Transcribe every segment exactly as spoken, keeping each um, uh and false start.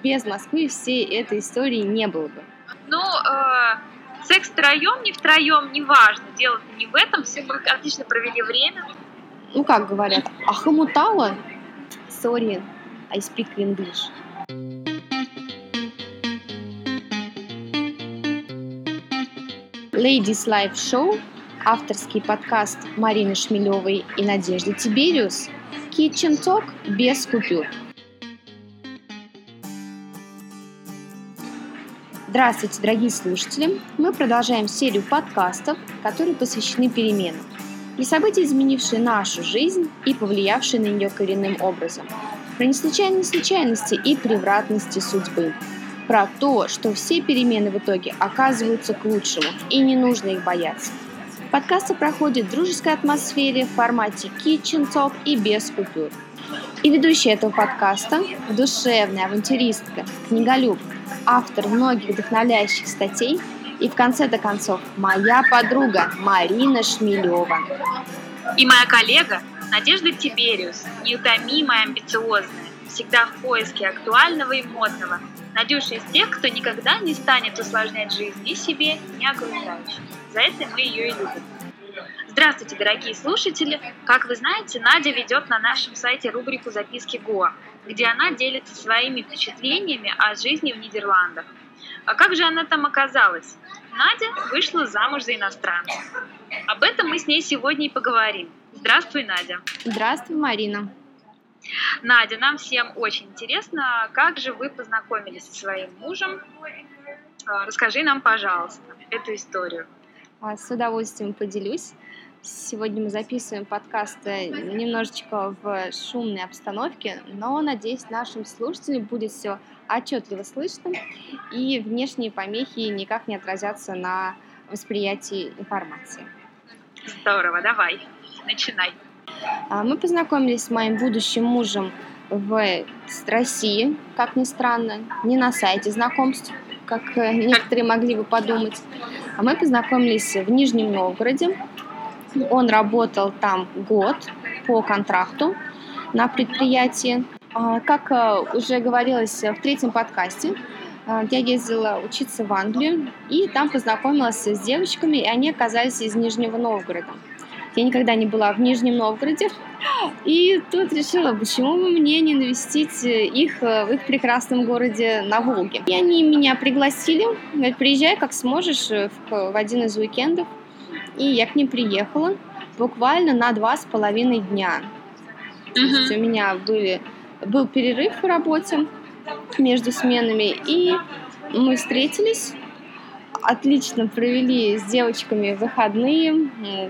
без Москвы всей этой истории не было бы. Ну, э, секс втроем, не втроем, неважно. Дело-то не в этом, все мы отлично провели время. Ну, как говорят, ахамутала? Sorry, I speak English. Ladies Live Show, авторский подкаст Марины Шмелевой и Надежды Тибериус, Kitchen Talk без купюр. Здравствуйте, дорогие слушатели! Мы продолжаем серию подкастов, которые посвящены переменам и события, изменившие нашу жизнь и повлиявшие на нее коренным образом, про неслучайные случайности и превратности судьбы, про то, что все перемены в итоге оказываются к лучшему и не нужно их бояться. Подкасты проходят в дружеской атмосфере в формате Kitchen Talk и без купюр. И ведущая этого подкаста, душевная авантюристка, книголюб, автор многих вдохновляющих статей и, в конце-то концов, моя подруга Марина Шмелева. И моя коллега Надежда Тибериус, неутомимая, амбициозная, всегда в поиске актуального и модного. Надюша из тех, кто никогда не станет усложнять жизнь ни себе, ни окружающим. За это мы ее и любим. Здравствуйте, дорогие слушатели! Как вы знаете, Надя ведет на нашем сайте рубрику «Записки Гоа», где она делится своими впечатлениями о жизни в Нидерландах. А как же она там оказалась? Надя вышла замуж за иностранца. Об этом мы с ней сегодня и поговорим. Здравствуй, Надя! Здравствуй, Марина! Надя, нам всем очень интересно, как же вы познакомились со своим мужем? Расскажи нам, пожалуйста, эту историю. С удовольствием поделюсь. Сегодня мы записываем подкаст немножечко в шумной обстановке, но, надеюсь, нашим слушателям будет все отчетливо слышно, и внешние помехи никак не отразятся на восприятии информации. Здорово, давай, начинай. Мы познакомились с моим будущим мужем в России, как ни странно, не на сайте знакомств, как некоторые могли бы подумать. А мы познакомились в Нижнем Новгороде. Он работал там год по контракту на предприятии. Как уже говорилось в третьем подкасте, я ездила учиться в Англию и там познакомилась с девочками, и они оказались из Нижнего Новгорода. Я никогда не была в Нижнем Новгороде, и тут решила, почему бы мне не навестить их в их прекрасном городе на Волге. И они меня пригласили, говорят, приезжай как сможешь в один из уикендов. И я к ним приехала буквально на два с половиной дня. Mm-hmm. То есть у меня были, был перерыв в работе между сменами, и мы встретились. Отлично провели с девочками выходные,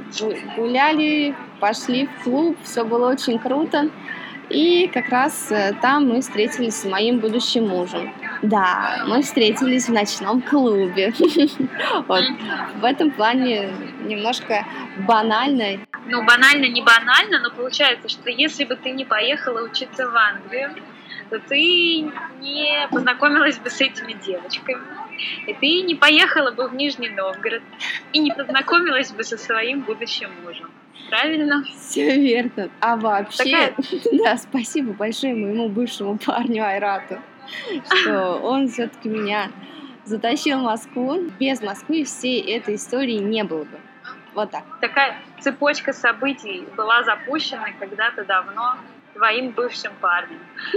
гуляли, пошли в клуб, все было очень круто. И как раз там мы встретились с моим будущим мужем. Да, мы встретились в ночном клубе. Вот. В этом плане немножко банально. Ну, банально, не банально, но получается, что если бы ты не поехала учиться в Англию, то ты не познакомилась бы с этими девочками, и ты не поехала бы в Нижний Новгород, и не познакомилась бы со своим будущим мужем. Правильно? Все верно. А вообще, Такая... да, спасибо большое моему бывшему парню Айрату, что он все-таки меня затащил в Москву. Без Москвы всей этой истории не было бы. Вот так. Такая цепочка событий была запущена когда-то давно твоим бывшим парнем.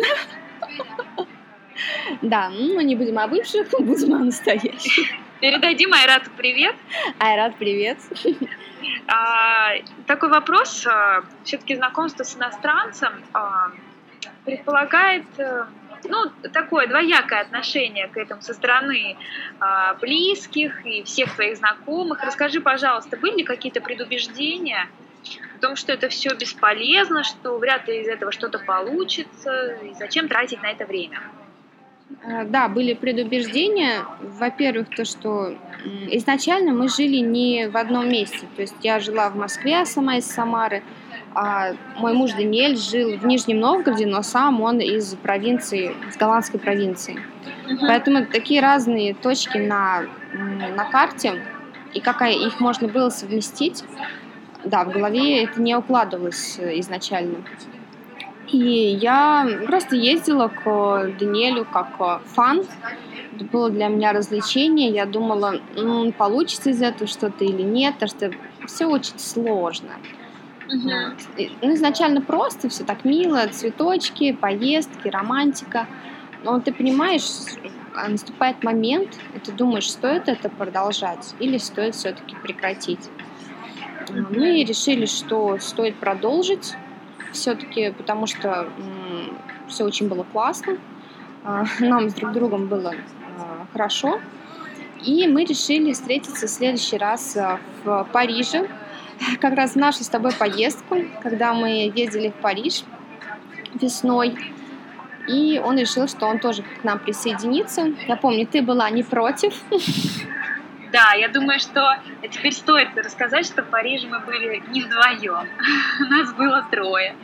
Да, ну не будем о бывших, будем о настоящих. Передадим Айрату привет. Айрат, привет. А, такой вопрос. Все-таки знакомство с иностранцем а, предполагает ну, такое двоякое отношение к этому со стороны а, близких и всех твоих знакомых. Расскажи, пожалуйста, были ли какие-то предубеждения о том, что это все бесполезно, что вряд ли из этого что-то получится, и зачем тратить на это время? Да, были предубеждения. Во-первых, то, что изначально мы жили не в одном месте. То есть я жила в Москве, сама из Самары, а мой муж Даниэль жил в Нижнем Новгороде, но сам он из провинции, из голландской провинции. Uh-huh. Поэтому такие разные точки на, на карте, и как их можно было совместить, да, в голове это не укладывалось изначально. И я просто ездила к Даниэлю как фан. Это было для меня развлечение. Я думала, м, получится из этого что-то или нет, потому что все очень сложно. Мгм. И, ну, изначально просто, все так мило, цветочки, поездки, романтика. Но ты понимаешь, а, наступает момент, и ты думаешь, стоит это продолжать или стоит все-таки прекратить. А, Мы Мгм. решили, что стоит продолжить все-таки, потому что все очень было классно, а, нам с друг другом было а, хорошо, и мы решили встретиться в следующий раз а, в Париже, как раз в нашу с тобой поездку, когда мы ездили в Париж весной, и он решил, что он тоже к нам присоединится. Я помню, ты была не против. Да, я думаю, что теперь стоит рассказать, что в Париже мы были не вдвоем. Нас было трое.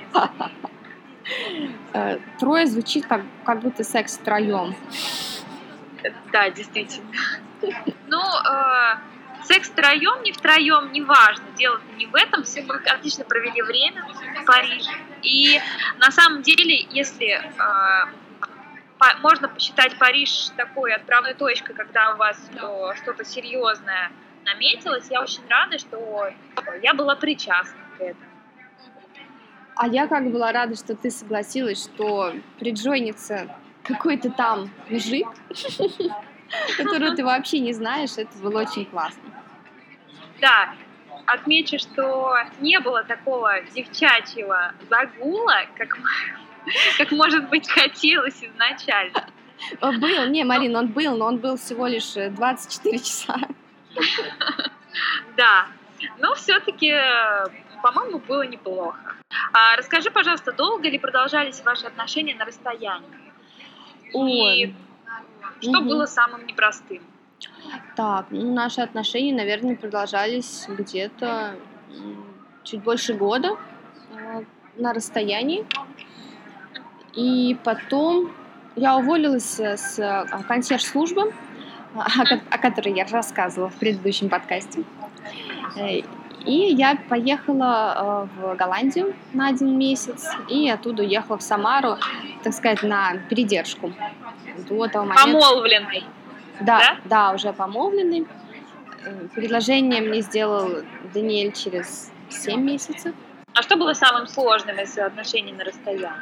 Э, Трое звучит как, как будто секс втроем. Да, действительно. Ну, э, секс втроем, не втроем, не важно. Дело-то не в этом. Все мы отлично провели время в Париже. И на самом деле, если э, по- можно посчитать Париж такой отправной точкой, когда у вас э, что-то серьезное наметилось, я очень рада, что я была причастна к этому. А я как была рада, что ты согласилась, что приджойнится какой-то там мужик, которого ты вообще не знаешь. Это было очень классно. Да, отмечу, что не было такого девчачьего загула, как, как может быть, хотелось изначально. Он был, не, Марин, он был, но он был всего лишь э, двадцать четыре часа. Да, но все-таки, по-моему, было неплохо. А расскажи, пожалуйста, долго ли продолжались ваши отношения на расстоянии? И Ой, что мгм. было самым непростым? Так, ну, наши отношения, наверное, продолжались где-то м, чуть больше года э, на расстоянии. И потом я уволилась э, с э, консьерж-службы, о, ко- о которой я рассказывала в предыдущем подкасте. Э, И я поехала э, в Голландию на один месяц, и оттуда уехала в Самару, так сказать, на передержку до того момента. Помолвленный, Да, да? да, уже помолвленный. Э, Предложение мне сделал Даниэль через семь месяцев. А что было самым сложным из отношений на расстоянии?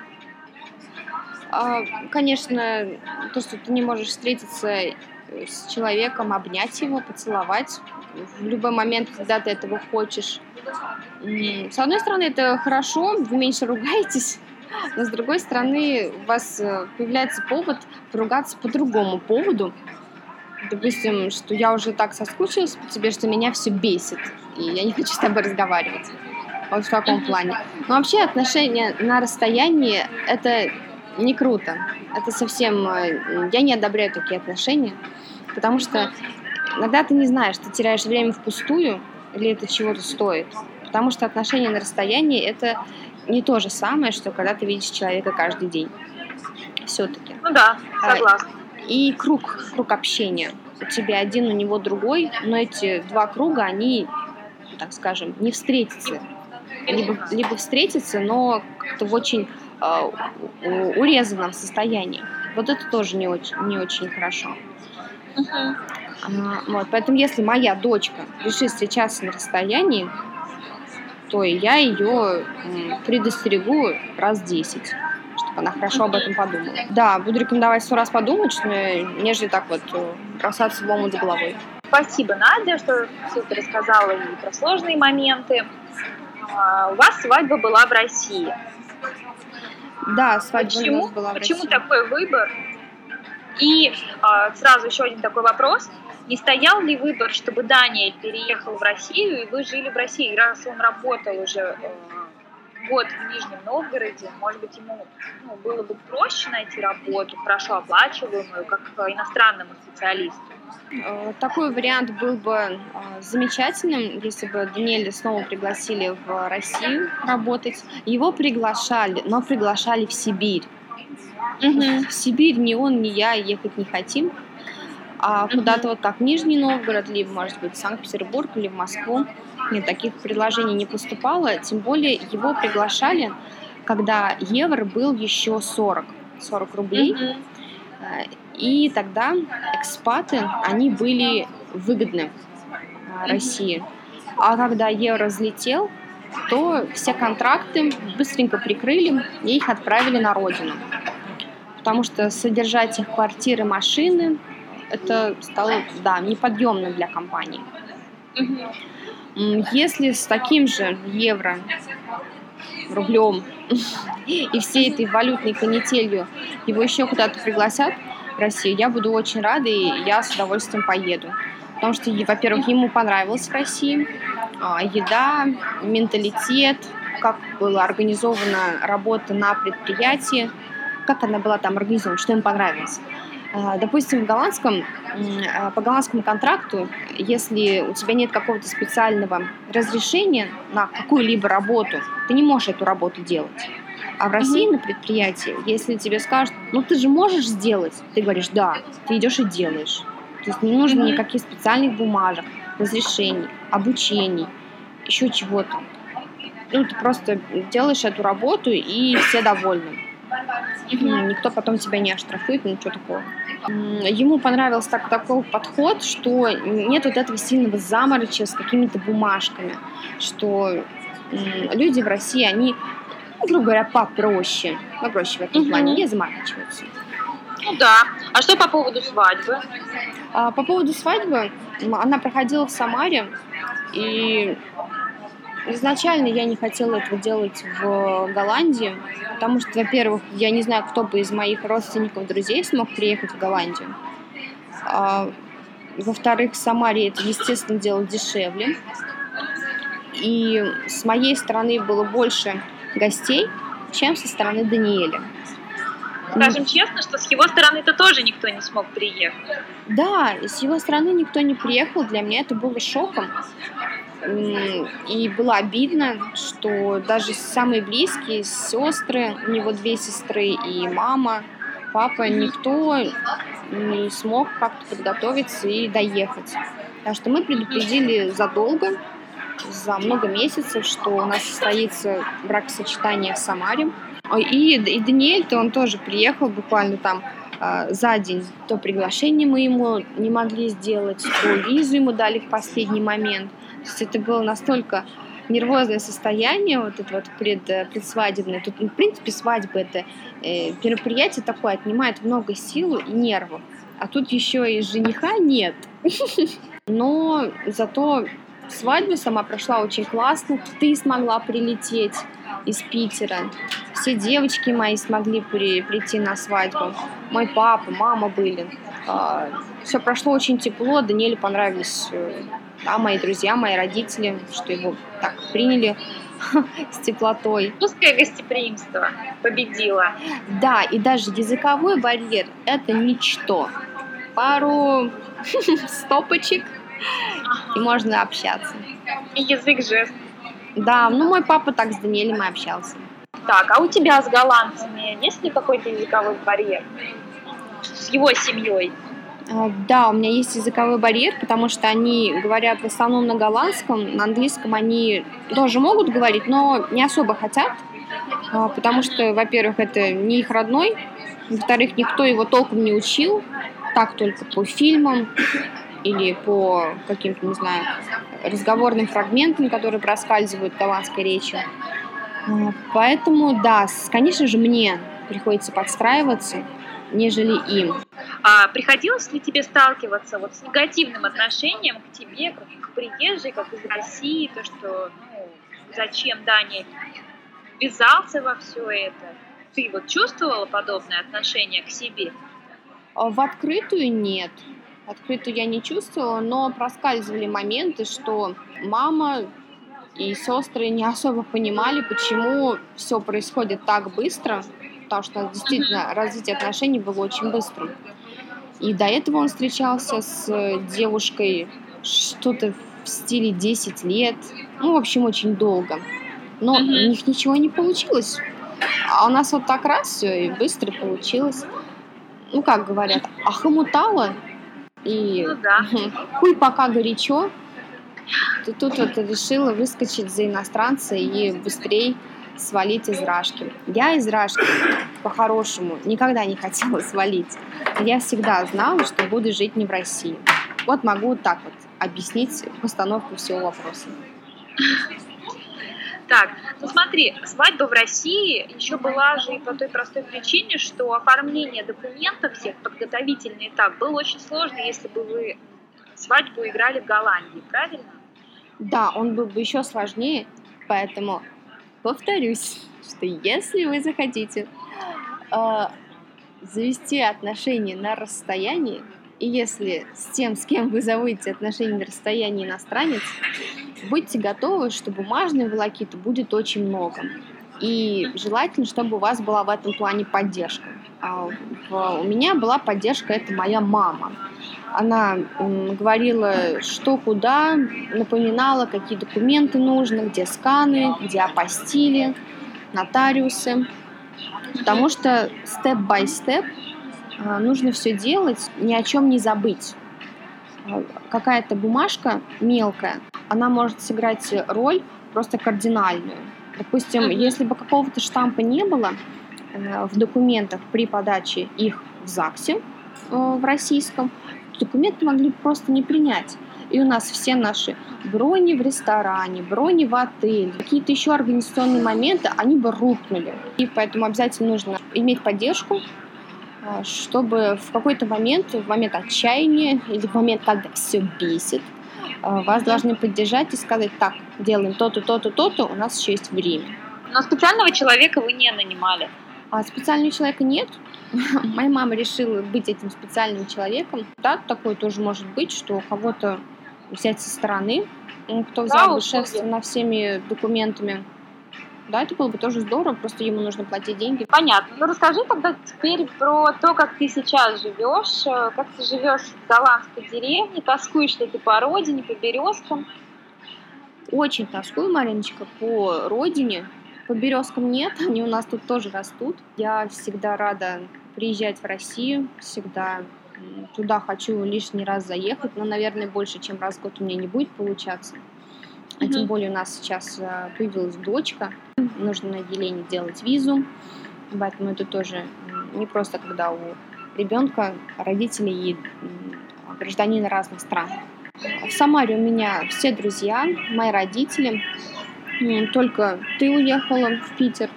А, Конечно, то, что ты не можешь встретиться э, с человеком, обнять его, поцеловать в любой момент, когда ты этого хочешь. М, С одной стороны, это хорошо, вы меньше ругаетесь, но с другой стороны, у вас э, появляется повод поругаться по другому поводу. Допустим, что я уже так соскучилась по тебе, что меня все бесит, и я не хочу с тобой разговаривать. Вот в таком плане. Но вообще отношения на расстоянии — это не круто. Это совсем... э, Я не одобряю такие отношения, потому что иногда ты не знаешь, ты теряешь время впустую или это чего-то стоит. Потому что отношения на расстоянии — это не то же самое, что когда ты видишь человека каждый день. Все-таки. Ну да, согласна. И круг, круг общения. У тебя один, у него другой, но эти два круга, они, так скажем, не встретятся. Либо, либо встретятся, но как-то в очень э, у- урезанном состоянии. Вот это тоже не очень, не очень хорошо. Мгм. А, вот, поэтому если моя дочка решит встречаться на расстоянии, то и я ее м, предостерегу раз десять, чтобы она хорошо об этом подумала. Да, буду рекомендовать сто раз подумать, что, э, нежели так вот э, бросаться в омут с головой. Спасибо, Надя, что все это рассказала и про сложные моменты. А, У вас свадьба была в России. Да, свадьба у Почему? нас была в Почему России. такой выбор? И а, сразу еще один такой вопрос. Не стоял ли выбор, чтобы Даниэль переехал в Россию, и вы жили в России, раз он работал уже э, год в Нижнем Новгороде, может быть, ему ну, было бы проще найти работу, хорошо оплачиваемую, как э, иностранному специалисту? Э, Такой вариант был бы э, замечательным, если бы Даниэля снова пригласили в Россию работать. Его приглашали, но приглашали в Сибирь. В Сибирь ни он, ни я ехать не хотим, а Мгм. куда-то вот как в Нижний Новгород, либо, может быть, в Санкт-Петербург или в Москву. Нет, таких предложений не поступало, тем более его приглашали когда евро был еще сорок рублей. Мгм. И тогда экспаты, они были выгодны а, Мгм. России. А когда евро взлетел, то все контракты быстренько прикрыли и их отправили на родину. Потому что содержать их квартиры, машины, это стало, да, неподъемно для компании. Мгм. М, Если с таким же евро, рублем и всей этой валютной канителью его еще куда-то пригласят в Россию, я буду очень рада, и я с удовольствием поеду. Потому что, е- во-первых, ему понравилось в России а, еда, менталитет, как была организована работа на предприятии, как она была там организована, что им понравилось. А, Допустим, в голландском, м, а, по голландскому контракту, если у тебя нет какого-то специального разрешения на какую-либо работу, ты не можешь эту работу делать. А в России Мгм. на предприятии, если тебе скажут, ну ты же можешь сделать, ты говоришь, да, ты идешь и делаешь. То есть не нужно Мгм. никаких специальных бумажек, разрешений, обучений, еще чего-то. Ну, ты просто делаешь эту работу, и все довольны. Мгм. М, Никто потом тебя не оштрафует, ничего такого. М, Ему понравился так, такой подход, что нет вот этого сильного замороча с какими-то бумажками, что м, люди в России, они, ну, грубо говоря, попроще, попроще в этом плане, Мгм. не заморачиваются. Ну да. А что по поводу свадьбы? А по поводу свадьбы, м, она проходила в Самаре, и изначально я не хотела этого делать в Голландии, потому что, во-первых, я не знаю, кто бы из моих родственников, друзей смог приехать в Голландию. А, во-вторых, в Самаре это, естественно, дело дешевле. И с моей стороны было больше гостей, чем со стороны Даниэля. М, Скажем честно, что с его стороны-то тоже никто не смог приехать. Да, и с его стороны никто не приехал, для меня это было шоком. М, И было обидно, что даже самые близкие, сестры, у него две сестры и мама, папа, Мгм. никто не смог как-то подготовиться и доехать. Так что мы предупредили задолго, за много месяцев, что у нас состоится бракосочетание в Самаре. Ой, И, и Даниэль-то он тоже приехал буквально там а, за день. То приглашение мы ему не могли сделать, то визу ему дали в последний момент. То есть это было настолько нервозное состояние, вот это вот пред, э, предсвадебное. Тут, ну, в принципе, свадьба это э, мероприятие такое, отнимает много сил и нервов. А тут еще и жениха нет. Но зато свадьба сама прошла очень классно. Ты смогла прилететь из Питера. Все девочки мои смогли при- прийти на свадьбу. Мой папа, мама были. Все прошло очень тепло. Даниэлю понравились э, да, мои друзья, мои родители, что его так приняли с теплотой. Русское гостеприимство победило. Да, и даже языковой барьер – это ничто. Пару стопочек, и Ага. можно общаться. И язык жестов. Да, ну мой папа так с Даниэлем и общался. Так, а у тебя с голландцами есть ли какой-то языковой барьер? С его семьей? А, Да, у меня есть языковой барьер, потому что они говорят в основном на голландском, на английском они тоже могут говорить, но не особо хотят, а, потому что, во-первых, это не их родной, во-вторых, никто его толком не учил, так только по фильмам или по каким-то, не знаю, разговорным фрагментам, которые проскальзывают голландской речью. А, Поэтому, да, с- конечно же, мне приходится подстраиваться, нежели им. А приходилось ли тебе сталкиваться вот с негативным отношением к тебе, как к приезжей, как из России, то, что, ну, зачем Даня ввязался во все это? Ты вот чувствовала подобное отношение к себе? А В открытую нет. В открытую я не чувствовала, но проскальзывали моменты, что мама и сестры не особо понимали, почему все происходит так быстро, потому что действительно развитие отношений было очень быстрым. И до этого он встречался с э, девушкой что-то в стиле десять лет, ну, в общем, очень долго. Но у Мгм. них ничего не получилось. А у нас вот так раз все и быстро получилось. Ну, как говорят, ахомутала, и Ну да. хуй пока горячо. Ты тут вот решила выскочить за иностранца и быстрей свалить из Рашки. Я из Рашки, по-хорошему, никогда не хотела свалить. Я всегда знала, что буду жить не в России. Вот могу так вот объяснить постановку всего вопроса. Так, ну смотри, свадьба в России еще была же и по той простой причине, что оформление документов всех, подготовительный этап, был очень сложный, если бы вы свадьбу играли в Голландии, правильно? Да, он был бы еще сложнее, поэтому повторюсь, что если вы захотите э, завести отношения на расстоянии, и если с тем, с кем вы заводите отношения на расстоянии, иностранец, будьте готовы, что бумажной волокиты будет очень много. И желательно, чтобы у вас была в этом плане поддержка. А в, у меня была поддержка, это моя мама. Она м, говорила, что куда, напоминала, какие документы нужны, где сканы, где апостили, нотариусы. Потому что степ-бай-степ нужно все делать, ни о чем не забыть. Какая-то бумажка мелкая, она может сыграть роль просто кардинальную. Допустим, mm-hmm. если бы какого-то штампа не было в документах при подаче их в ЗАГСе, в российском, документы могли просто не принять. И у нас все наши брони в ресторане, брони в отеле, какие-то еще организационные моменты, они бы рухнули. И поэтому обязательно нужно иметь поддержку, чтобы в какой-то момент, в момент отчаяния или в момент, когда все бесит, вас должны поддержать и сказать: так, делаем то-то, то-то, то-то, у нас еще есть время. Но специального человека вы не нанимали? А специального человека нет. Моя мама решила быть этим специальным человеком. Да, такое тоже может быть, что у кого-то взять со стороны, кто взял бы шефство над всеми документами. Да, это было бы тоже здорово, просто ему нужно платить деньги. Понятно. Ну расскажи тогда теперь про то, как ты сейчас живешь, как ты живешь в голландской деревне, тоскуешь ли ты по родине, по березкам? Очень тоскую, Мариночка, по родине. По березкам нет, они у нас тут тоже растут. Я всегда рада приезжать в Россию, всегда туда хочу лишний раз заехать, но, наверное, больше, чем раз в год у меня не будет получаться. А mm-hmm. тем более у нас сейчас появилась дочка, нужно на Елене делать визу, поэтому это тоже не просто, когда у ребенка родители и гражданины разных стран. В Самаре у меня все друзья, мои родители, только ты уехала в Питер,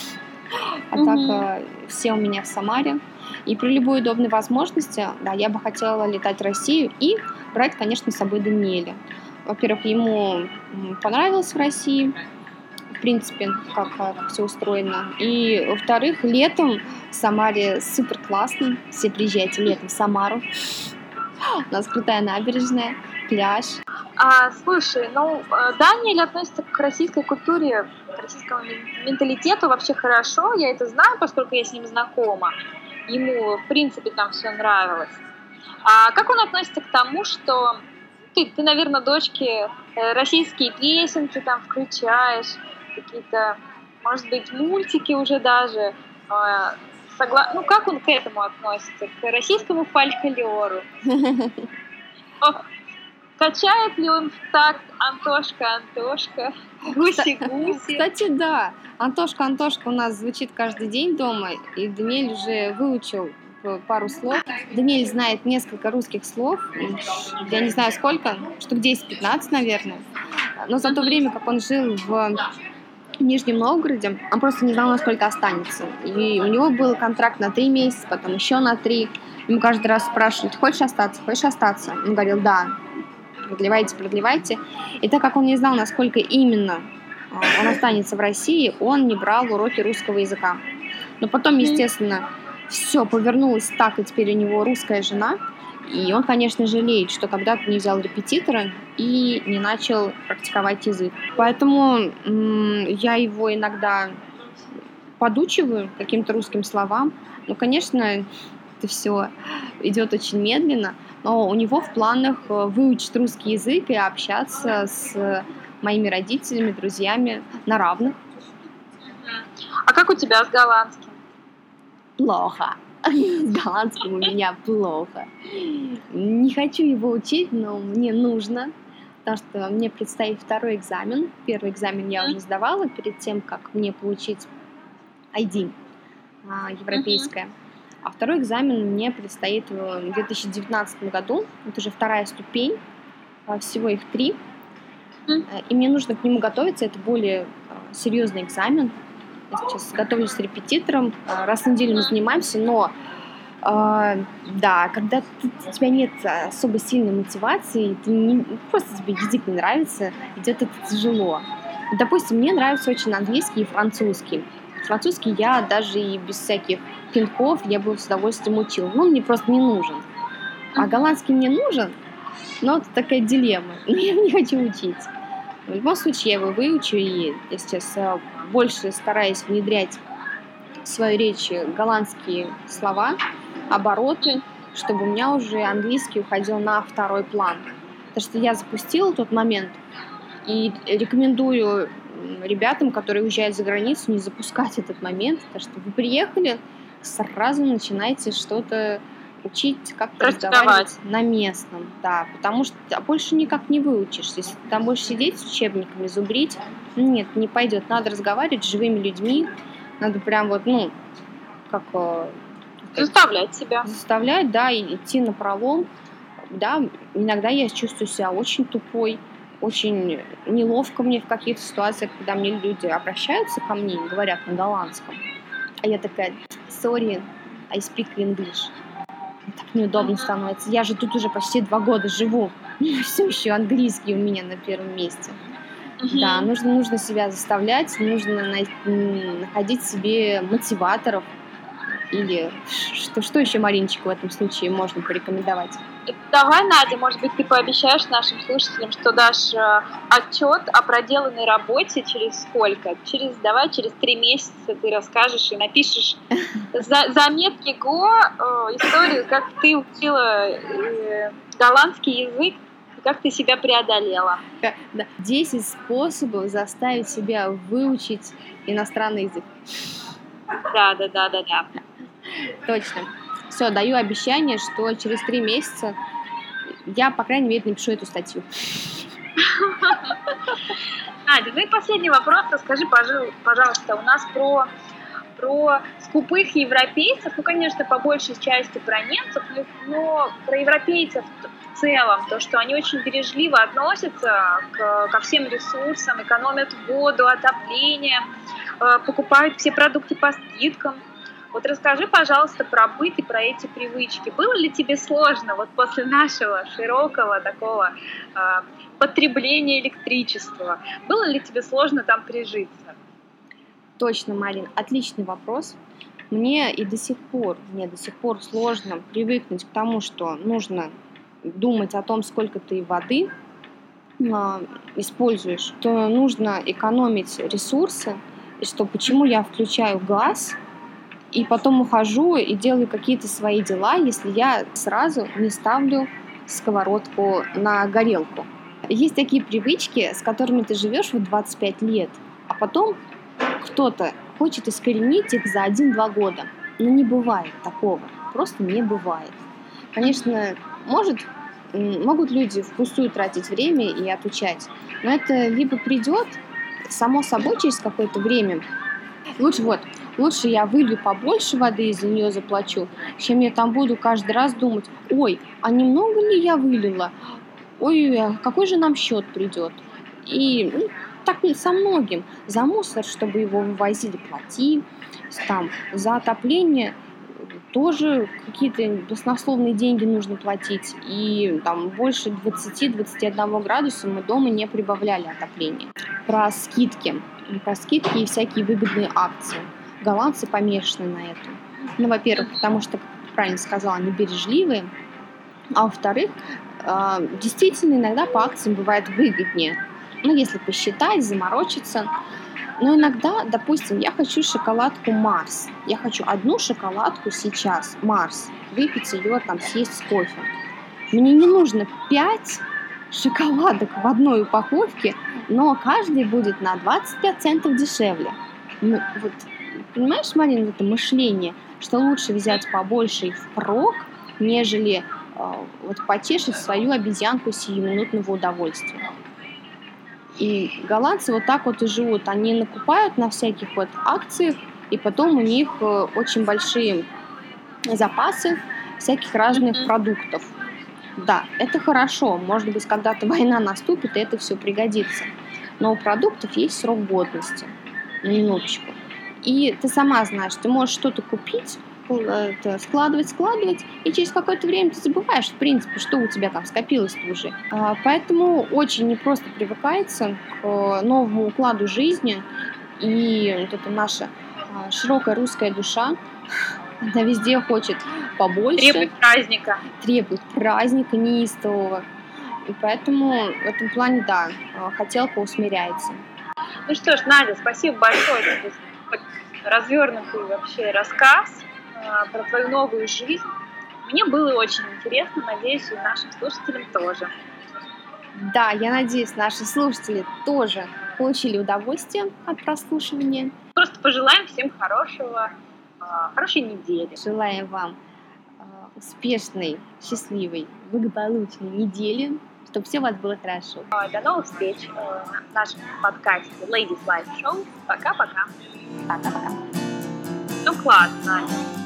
а mm-hmm. так все у меня в Самаре. И при любой удобной возможности, да, я бы хотела летать в Россию и брать, конечно, с собой Даниэля. Во-первых, ему понравилось в России, в принципе, как, как все устроено. И, во-вторых, летом в Самаре супер классно. Все приезжайте летом в Самару. У нас крутая набережная, пляж. А, слушай, ну, Даниэль относится к российской культуре, к российскому менталитету вообще хорошо. Я это знаю, поскольку я с ним знакома. Ему, в принципе, там все нравилось. А как он относится к тому, что ты, ты наверное, дочке российские песенки там включаешь, какие-то, может быть, мультики уже даже. Согла... Ну, как он к этому относится? К российскому фольклору? Качает ли он в такт «Антошка, Антошка», «Гуси-гуси»? Кстати, да. «Антошка, Антошка» у нас звучит каждый день дома, и Даниэль уже выучил пару слов. Даниэль знает несколько русских слов, я не знаю сколько, штук десять-пятнадцать, наверное. Но за то время, как он жил в Нижнем Новгороде, он просто не знал, насколько останется. И у него был контракт на три месяца, потом еще на три. Ему каждый раз спрашивают: хочешь остаться, хочешь остаться? Он говорил: да. Продлевайте, продлевайте. И так как он не знал, насколько именно он останется в России, он не брал уроки русского языка. Но потом, естественно, все повернулось так, и теперь у него русская жена. И он, конечно, жалеет, что когда-то не взял репетитора и не начал практиковать язык. Поэтому м- я его иногда подучиваю каким-то русским словам. Но, конечно, это все идет очень медленно. Но у него в планах выучить русский язык и общаться с моими родителями, друзьями на равных. А как у тебя с голландским? Плохо. С голландским у меня плохо. Не хочу его учить, но мне нужно. потому что мне предстоит второй экзамен. Первый экзамен я уже сдавала перед тем, как мне получить ай ди а, европейское. А второй экзамен мне предстоит в две тысячи девятнадцатом году. Это уже вторая ступень, всего их три. И мне нужно к нему готовиться. Это более серьезный экзамен. Я сейчас готовлюсь с репетитором. Раз в неделю мы занимаемся, но э, да, когда ты, у тебя нет особо сильной мотивации, ты не, просто тебе язык не нравится, идет это тяжело. Допустим, мне нравится очень английский и французский. Французский я даже и без всяких пинков я бы с удовольствием учила. Ну, мне просто не нужен. А голландский мне нужен, но это такая дилемма. Я не хочу учить. В любом случае я его выучу, и я сейчас больше стараюсь внедрять в свою речь голландские слова, обороты, чтобы у меня уже английский уходил на второй план. Потому что я запустила тот момент, и рекомендую ребятам, которые уезжают за границу, не запускать этот момент, потому что вы приехали, сразу начинаете что-то учить, как-то разговаривать на местном, да, потому что больше никак не выучишься. Если ты там будешь сидеть с учебниками, зубрить, нет, не пойдет. Надо разговаривать с живыми людьми, надо прям вот, ну, как... Заставлять себя. Заставлять, да, и идти напролом. Да, иногда я чувствую себя очень тупой, очень неловко мне в каких-то ситуациях, когда мне люди обращаются ко мне и говорят на голландском. А я такая, sorry, I speak English. Так неудобно становится. Я же тут уже почти два года живу. Все еще английский у меня на первом месте. Uh-huh. Да, нужно, нужно себя заставлять, нужно на- находить себе мотиваторов. Или что, что еще, Мариночка, в этом случае можно порекомендовать? Давай, Надя, может быть, ты пообещаешь нашим слушателям, что дашь э, отчет о проделанной работе через сколько? Через, давай, через три месяца ты расскажешь и напишешь за, заметки ГО, э, историю, как ты учила э, голландский язык, и как ты себя преодолела. десять способов заставить себя выучить иностранный язык. Да, да, да, да, да. Точно. Все, даю обещание, что через три месяца я, по крайней мере, напишу эту статью. Надя, ну и последний вопрос. Расскажи, пожалуйста, у нас про, про скупых европейцев, ну, конечно, по большей части про немцев, но про европейцев в целом, то, что они очень бережливо относятся к, ко всем ресурсам, экономят воду, отопление, покупают все продукты по скидкам. Вот расскажи, пожалуйста, про быт и про эти привычки. Было ли тебе сложно вот после нашего широкого такого э, потребления электричества? Было ли тебе сложно там прижиться? Точно, Марин, отличный вопрос. Мне и до сих пор, мне до сих пор сложно привыкнуть к тому, что нужно думать о том, сколько ты воды э, используешь, что нужно экономить ресурсы, и что почему я включаю газ, и потом ухожу и делаю какие-то свои дела, если я сразу не ставлю сковородку на горелку. Есть такие привычки, с которыми ты живешь в двадцать пять лет, а потом кто-то хочет искоренить их за один-два года. Но не бывает такого, просто не бывает. Конечно, может, могут люди впустую тратить время и отучать, но это либо придет само собой через какое-то время. Лучше вот, лучше я вылью побольше воды и за нее заплачу, чем я там буду каждый раз думать, ой, а немного ли я вылила? Ой, а какой же нам счет придет? И ну, так со многим. За мусор, чтобы его вывозили, плати. Там, за отопление тоже какие-то баснословные деньги нужно платить. И там больше двадцать-двадцать один градуса мы дома не прибавляли отопление. Про скидки. Про скидки и всякие выгодные акции. Голландцы помешаны на этом. Ну, во-первых, потому что, как ты правильно сказала, они бережливые. А во-вторых, действительно, иногда по акциям бывает выгоднее. Ну, если посчитать, заморочиться. Но иногда, допустим, я хочу шоколадку Марс. Я хочу одну шоколадку сейчас, Марс. Выпить ее, там, съесть с кофе. Мне не нужно пять шоколадок в одной упаковке, но каждый будет на двадцать пять центов дешевле. Ну, вот, понимаешь, Марин, это мышление, что лучше взять побольше и впрок, нежели вот потешить свою обезьянку сиюминутного удовольствия. И голландцы вот так вот и живут. Они накупают на всяких вот акциях, и потом у них очень большие запасы всяких разных mm-hmm. продуктов. Да, это хорошо. Может быть, когда-то война наступит, и это все пригодится. Но у продуктов есть срок годности. На минуточку. И ты сама знаешь, ты можешь что-то купить, складывать, складывать, и через какое-то время ты забываешь, в принципе, что у тебя там скопилось-то уже. Поэтому очень непросто привыкается к новому укладу жизни, и вот эта наша широкая русская душа, она везде хочет побольше. Требует праздника. Требует праздника неистового. И поэтому в этом плане, да, хотелка усмиряется. Ну что ж, Надя, спасибо большое за развернутый вообще рассказ про твою новую жизнь. Мне было очень интересно, надеюсь, и нашим слушателям тоже. Да, я надеюсь, наши слушатели тоже получили удовольствие от прослушивания. Просто пожелаем всем хорошего, хорошей недели. Желаем вам успешной, счастливой, благополучной недели, чтобы все у вас было хорошо. До новых встреч в нашем подкасте Ladies Life Show. Пока-пока. Пока-пока. Ну классно.